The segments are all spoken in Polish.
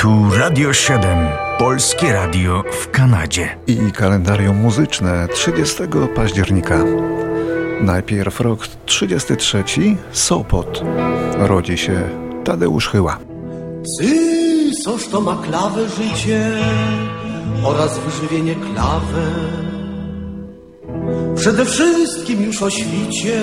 Tu Radio 7, Polskie Radio w Kanadzie. I kalendarium muzyczne 30 października. Najpierw rok 33, Sopot. Rodzi się Tadeusz Chyła. Coż to ma klawę życie oraz wyżywienie klawę. Przede wszystkim już o świcie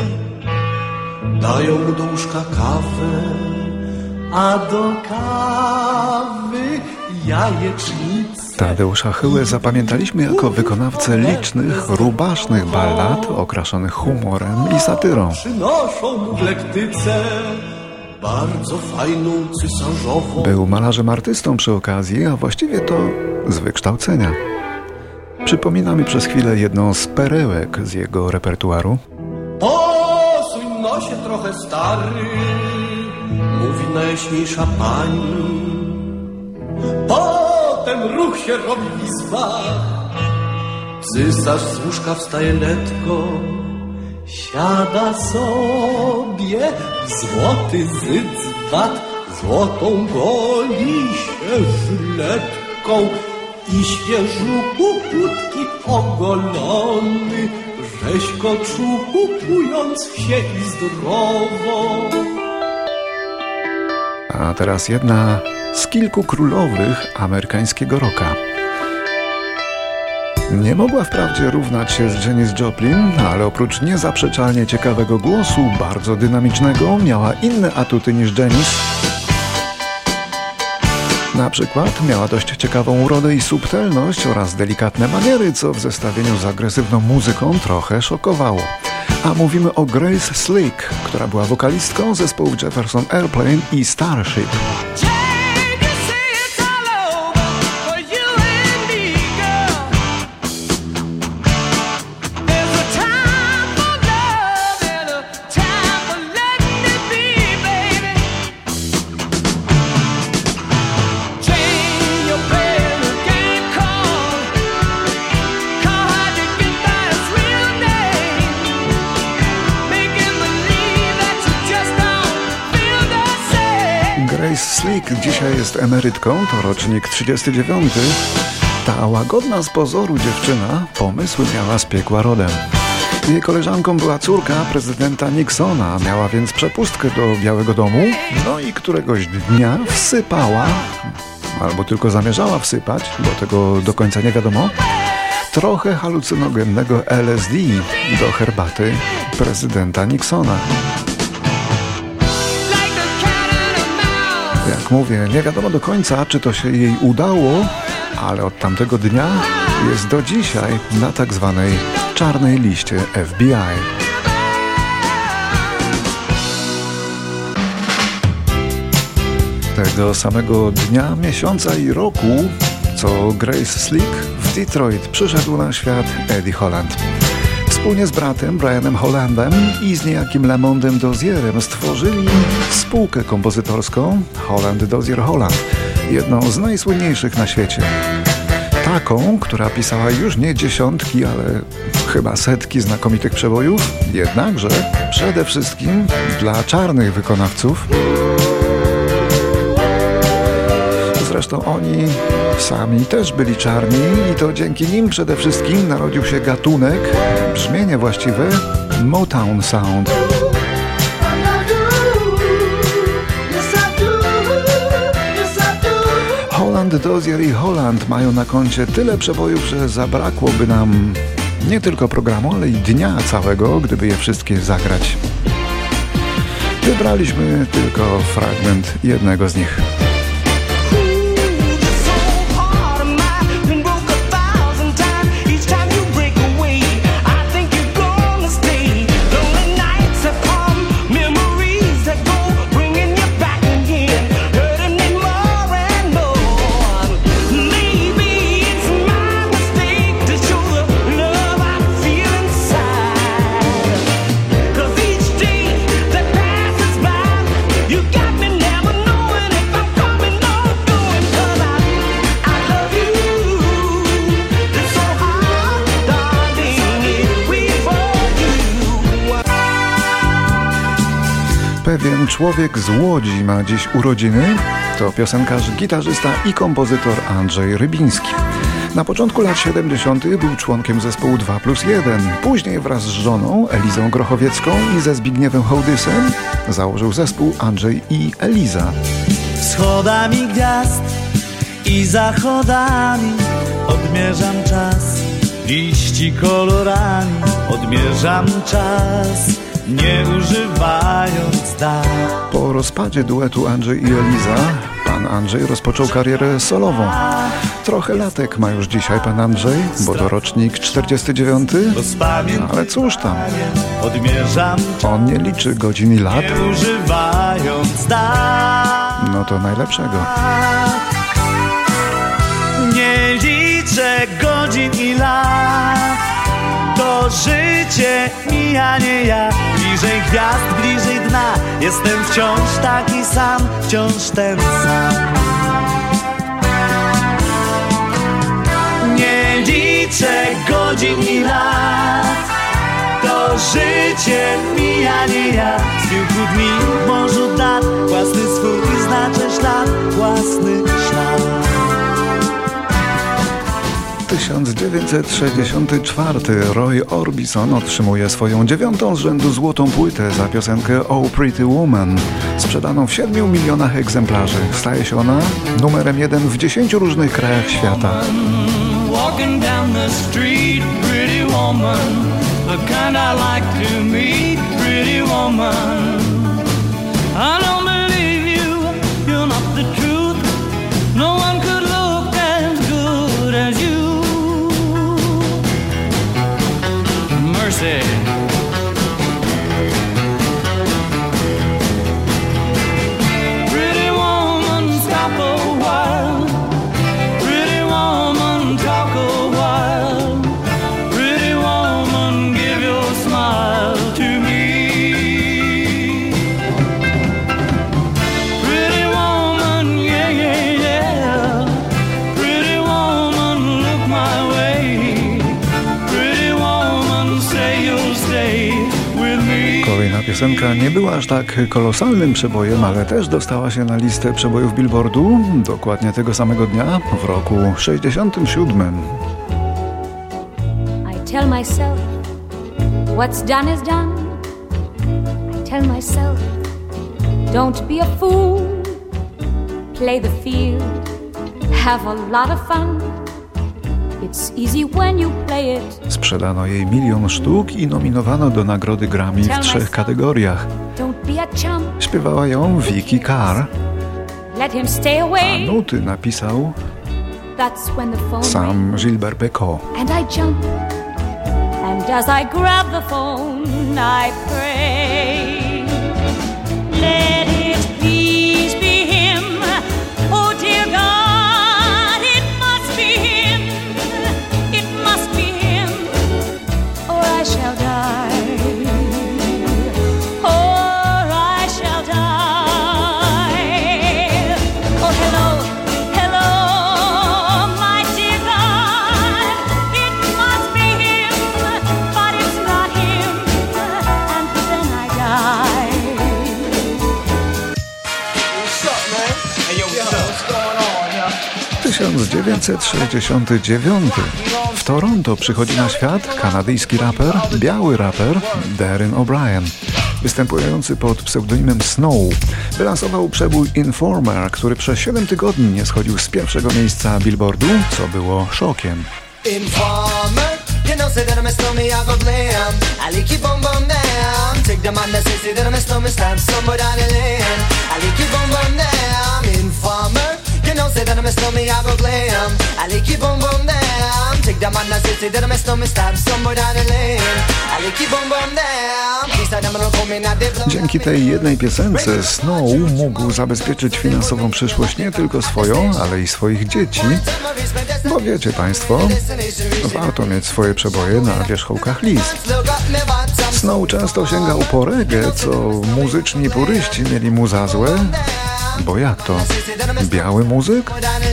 dają mu do łóżka kawę, a do kawy jajecznicę. Tadeusza Chyłę zapamiętaliśmy jako wykonawcę licznych, rubasznych ballad okraszonych humorem i satyrą. Przynoszą mu w lektyce bardzo fajną cysarzową. Był malarzem artystą przy okazji, a właściwie to z wykształcenia. Przypominamy przez chwilę jedną z perełek z jego repertuaru. Posuń no się trochę stary, mówi najjaśniejsza pani. Potem ruch się robi w izbach, cysarz z łóżka wstaje letko, siada sobie w złoty zydzwat, złotą goli się żyletką i świeżutki ogolony, rzeźko czupując się i zdrowo. A teraz jedna z kilku królowych amerykańskiego rocka. Nie mogła wprawdzie równać się z Janis Joplin, ale oprócz niezaprzeczalnie ciekawego głosu, bardzo dynamicznego, miała inne atuty niż Janis. Na przykład miała dość ciekawą urodę i subtelność oraz delikatne maniery, co w zestawieniu z agresywną muzyką trochę szokowało. A mówimy o Grace Slick, która była wokalistką zespołów Jefferson Airplane i Starship. Grace Slick dzisiaj jest emerytką, to rocznik 39. Ta łagodna z pozoru dziewczyna pomysły miała z piekła rodem. Jej koleżanką była córka prezydenta Nixona, miała więc przepustkę do Białego Domu, no i któregoś dnia wsypała, albo tylko zamierzała wsypać, bo tego do końca nie wiadomo, trochę halucynogennego LSD do herbaty prezydenta Nixona. Jak mówię, nie wiadomo do końca, czy to się jej udało, ale od tamtego dnia jest do dzisiaj na tak zwanej czarnej liście FBI. Tego samego dnia, miesiąca i roku, co Grace Slick, w Detroit przyszedł na świat Eddie Holland. Wspólnie z bratem Brianem Hollandem i z niejakim Lamondem Dozierem stworzyli spółkę kompozytorską Holland Dozier Holland, jedną z najsłynniejszych na świecie. Taką, która pisała już nie dziesiątki, ale chyba setki znakomitych przebojów, jednakże przede wszystkim dla czarnych wykonawców. Zresztą oni sami też byli czarni i to dzięki nim przede wszystkim narodził się gatunek, brzmienie właściwe, Motown Sound. Holland, Dozier i Holland mają na koncie tyle przebojów, że zabrakłoby nam nie tylko programu, ale i dnia całego, gdyby je wszystkie zagrać. Wybraliśmy tylko fragment jednego z nich. Pewien człowiek z Łodzi ma dziś urodziny. To piosenkarz, gitarzysta i kompozytor Andrzej Rybiński. Na początku lat 70. był członkiem zespołu 2+1. Później wraz z żoną Elizą Grochowiecką i ze Zbigniewem Hołdysem założył zespół Andrzej i Eliza. Wschodami gwiazd i zachodami odmierzam czas, liści kolorami odmierzam czas, nie używając dat. Po rozpadzie duetu Andrzej i Eliza pan Andrzej rozpoczął karierę solową. Trochę latek ma już dzisiaj pan Andrzej, bo to rocznik 49, ale cóż tam, on nie liczy godzin i lat, Nie używając dat. no to najlepszego. Nie liczę godzin i lat, to życie mija, nie ja. Bliżej gwiazd, bliżej dna, jestem wciąż taki sam, wciąż ten sam. Nie liczę godzin i lat, to życie mija, nie ja. Z kilku dni w morzu dat, własny swój znaczę ślad, własny ślad. 1964 Roy Orbison otrzymuje swoją 9. z rzędu złotą płytę za piosenkę Oh Pretty Woman, sprzedaną w 7 milionach egzemplarzy. Staje się ona numerem 1 w 10 różnych krajach świata. Walking down the street, pretty woman, the kind I like to meet, pretty woman. I don't believe you, you're not the truth. No one could look as good as you. Mercy. Pretty woman, stop a while. Pretty woman, talk a while. Pretty woman, give your smile to me. Pretty woman, yeah, yeah, yeah. Pretty woman, look my way. Pretty woman, say you'll stay with me. Kolejna piosenka nie była aż tak kolosalnym przebojem, ale też dostała się na listę przebojów Billboardu dokładnie tego samego dnia, w roku 67. I tell myself what's done is done. I tell myself don't be a fool. Play the field, have a lot of fun. It's easy when you play it. Sprzedano jej 1 000 000 sztuk i nominowano do nagrody Grammy w 3 kategoriach. Don't be a chump. Śpiewała ją Vicky Carr, Let him stay a away. nuty napisał That's when the phone sam rings Gilbert Bécaud. and I jump. And as I grab the phone, I pray. Let it please be him. Oh dear God, it must be him. It must be him, or I shall die. Or I shall die. Oh hello, hello, my dear God. It must be him, but it's not him. And then I die. What's up, man? Hey, yo, what's going on, yo? 1969. W Toronto przychodzi na świat kanadyjski raper, biały raper Darren O'Brien, występujący pod pseudonimem Snow. Wylansował przebój Informer, który przez 7 tygodni nie schodził z pierwszego miejsca Billboardu, co było szokiem. Informer, you know, say that I'm a snowman, I go blam. I like you bum bum down. Take the man that say that I'm a snowman, stamp somewhere down the lane. I like you bum bum down. Informer, you know, say that I'm a snowman, I go glam. I like you bum bum down. Take the man that say that I'm a snowman, stamp somewhere down the lane. I like you bum bum down. Please, I'm gonna come in at the blow. Dzięki tej jednej piosence Snow mógł zabezpieczyć finansową przyszłość nie tylko swoją, ale i swoich dzieci. Bo wiecie Państwo, warto mieć swoje przeboje na wierzchołkach list. Snow często sięgał po reggae, co muzyczni puryści mieli mu za złe. Bo jak to? Biały muzyk?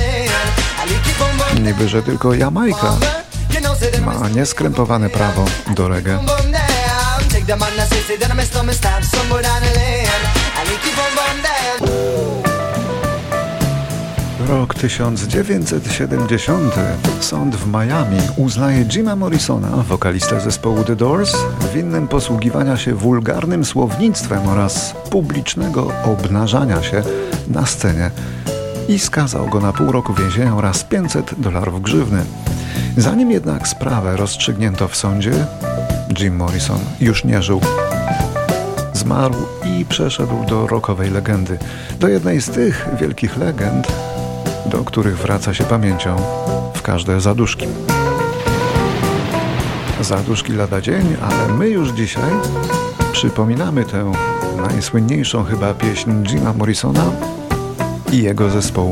Niby, że tylko Jamajka ma nieskrępowane prawo do reggae. Rok 1970. Sąd w Miami uznaje Jima Morrisona, wokalistę zespołu The Doors, winnym posługiwania się wulgarnym słownictwem oraz publicznego obnażania się na scenie i skazał go na pół roku więzienia oraz $500 grzywny. Zanim jednak sprawę rozstrzygnięto w sądzie, Jim Morrison już nie żył. Zmarł i przeszedł do rockowej legendy. Do jednej z tych wielkich legend, do których wraca się pamięcią w każde zaduszki. Zaduszki lada dzień, ale my już dzisiaj przypominamy tę najsłynniejszą chyba pieśń Jima Morrisona i jego zespołu.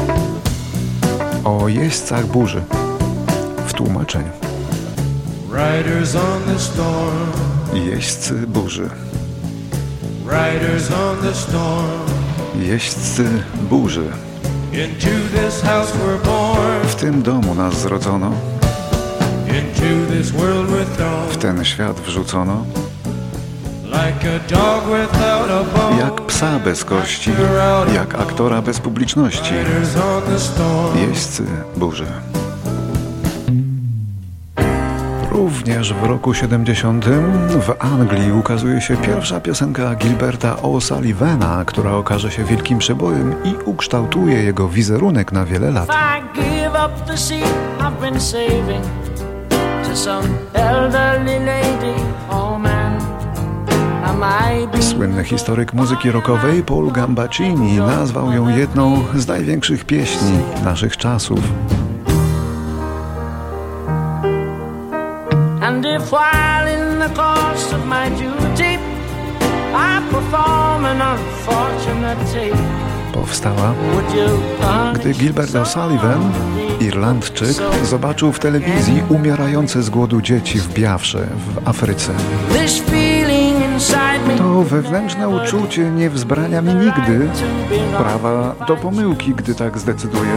O jeźdźcach burzy w tłumaczeniu. Riders on the storm. Jeźdźcy burzy. Riders on the storm. Jeźdźcy burzy. Into this house we're born. W tym domu nas zrodzono. Into this world we're thrown. W ten świat wrzucono. Like a dog without a bone. Jak psa bez kości, jak aktora bez publiczności. Riders on the storm. Jeźdźcy burzy. Również w roku 70 w Anglii ukazuje się pierwsza piosenka Gilberta O'Sullivana, która okaże się wielkim przebojem i ukształtuje jego wizerunek na wiele lat. Słynny historyk muzyki rockowej Paul Gambaccini nazwał ją jedną z największych pieśni naszych czasów. And if while in the course of my duty I perform an unfortunate tape, powstała, gdy Gilbert O'Sullivan, Irlandczyk, zobaczył w telewizji umierające z głodu dzieci w Biafrze w Afryce. To wewnętrzne uczucie nie wzbrania mi nigdy prawa do pomyłki, gdy tak zdecyduję,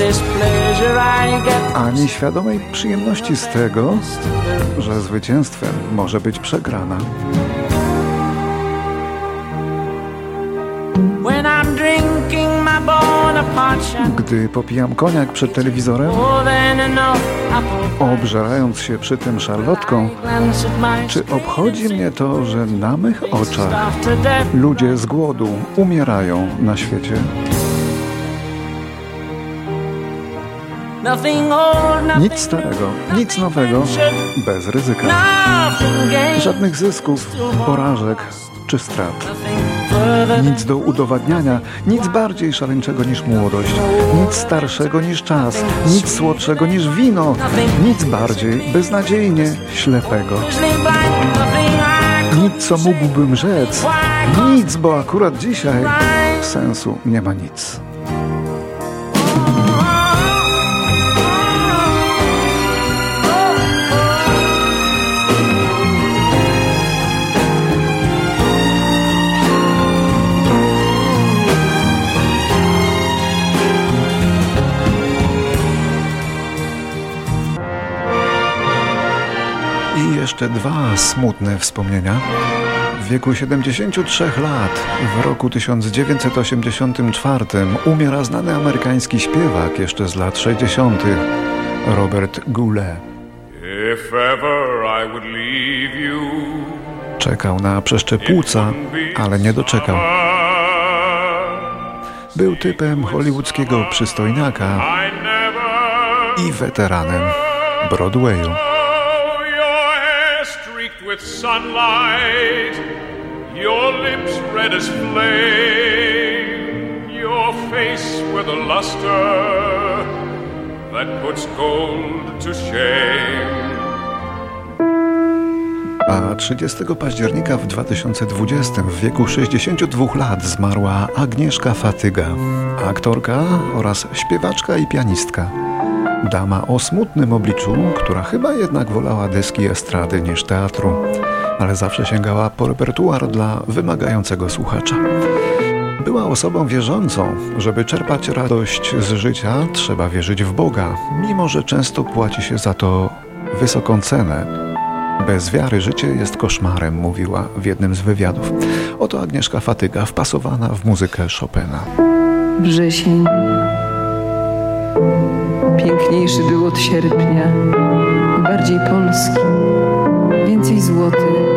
ani świadomej przyjemności z tego, że zwycięstwem może być przegrana. Gdy popijam koniak przed telewizorem, obżerając się przy tym szarlotką, czy obchodzi mnie to, że na mych oczach ludzie z głodu umierają na świecie? Nic starego, nic nowego, bez ryzyka. Żadnych zysków, porażek czy strat. Nic do udowadniania, nic bardziej szaleńczego niż młodość, nic starszego niż czas, nic słodszego niż wino, nic bardziej beznadziejnie ślepego. Nic, co mógłbym rzec, nic, bo akurat dzisiaj sensu nie ma nic. Jeszcze dwa smutne wspomnienia. W wieku 73 lat, w roku 1984 umiera znany amerykański śpiewak jeszcze z lat 60. Robert Goulet. Czekał na przeszczep płuca, ale nie doczekał. Był typem hollywoodzkiego przystojniaka i weteranem Broadwayu. With sunlight, your lips red as flame, your face with a luster that puts gold to shame. A 30 października w 2020 w wieku 62 lat zmarła Agnieszka Fatyga, aktorka oraz śpiewaczka i pianistka. Dama o smutnym obliczu, która chyba jednak wolała deski estrady niż teatru, ale zawsze sięgała po repertuar dla wymagającego słuchacza. Była osobą wierzącą. Żeby czerpać radość z życia, trzeba wierzyć w Boga, mimo że często płaci się za to wysoką cenę. Bez wiary życie jest koszmarem, mówiła w jednym z wywiadów. Oto Agnieszka Fatyga wpasowana w muzykę Chopina. Wrzesień Piękniejszy był od sierpnia i bardziej polski, więcej złoty